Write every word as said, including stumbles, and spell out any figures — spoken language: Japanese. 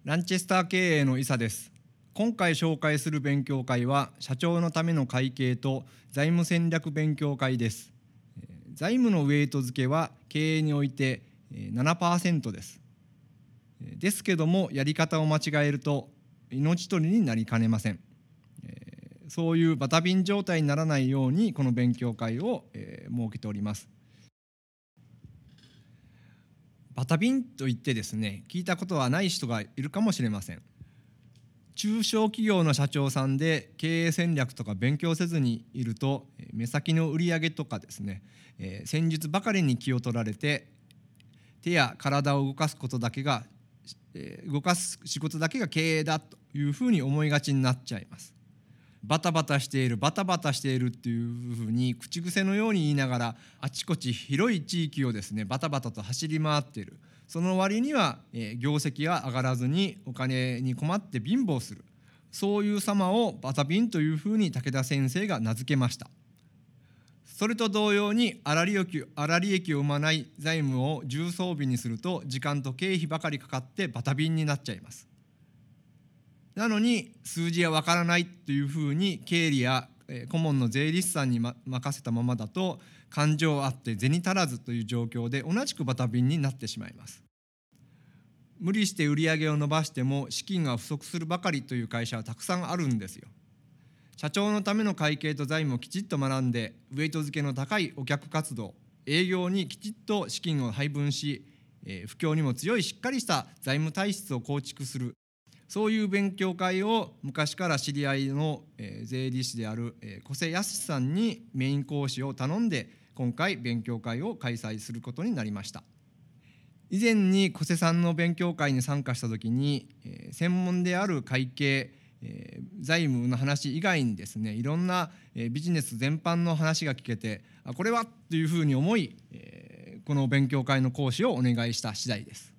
ランチェスター経営の伊佐です。今回紹介する勉強会は、社長のための会計と財務戦略勉強会です。財務のウェイト付けは経営において ななパーセント です。ですけども、やり方を間違えると命取りになりかねません。そういうバタ瓶状態にならないように、この勉強会を設けております。バタ瓶といってですね、聞いたことはない人がいるかもしれません。中小企業の社長さんで経営戦略とか勉強せずにいると、目先の売上とかですね、戦術ばかりに気を取られて、手や体を動かすことだけが動かす仕事だけが経営だというふうに思いがちになっちゃいます。バタバタしているバタバタしているっていうふうに口癖のように言いながら、あちこち広い地域をですねバタバタと走り回っている。その割には、えー、業績が上がらずにお金に困って貧乏する。そういう様をバタ貧というふうに武田先生が名付けました。それと同様に粗利益、粗利益を生まない財務を重装備にすると、時間と経費ばかりかかってバタ貧になっちゃいます。なのに数字はわからないというふうに経理や顧問の税理士さんに任せたままだと、感情あって銭足らずという状況で同じくバタ貧になってしまいます。無理して売り上げを伸ばしても資金が不足するばかりという会社はたくさんあるんですよ。社長のための会計と財務をきちっと学んで、ウェイト付けの高いお客活動、営業にきちっと資金を配分し、不況にも強いしっかりした財務体質を構築する、そういう勉強会を昔から知り合いの税理士である小瀬康さんにメイン講師を頼んで、今回勉強会を開催することになりました。以前に小瀬さんの勉強会に参加した時に、専門である会計、財務の話以外にですね、いろんなビジネス全般の話が聞けて、これはというふうに思い、この勉強会の講師をお願いした次第です。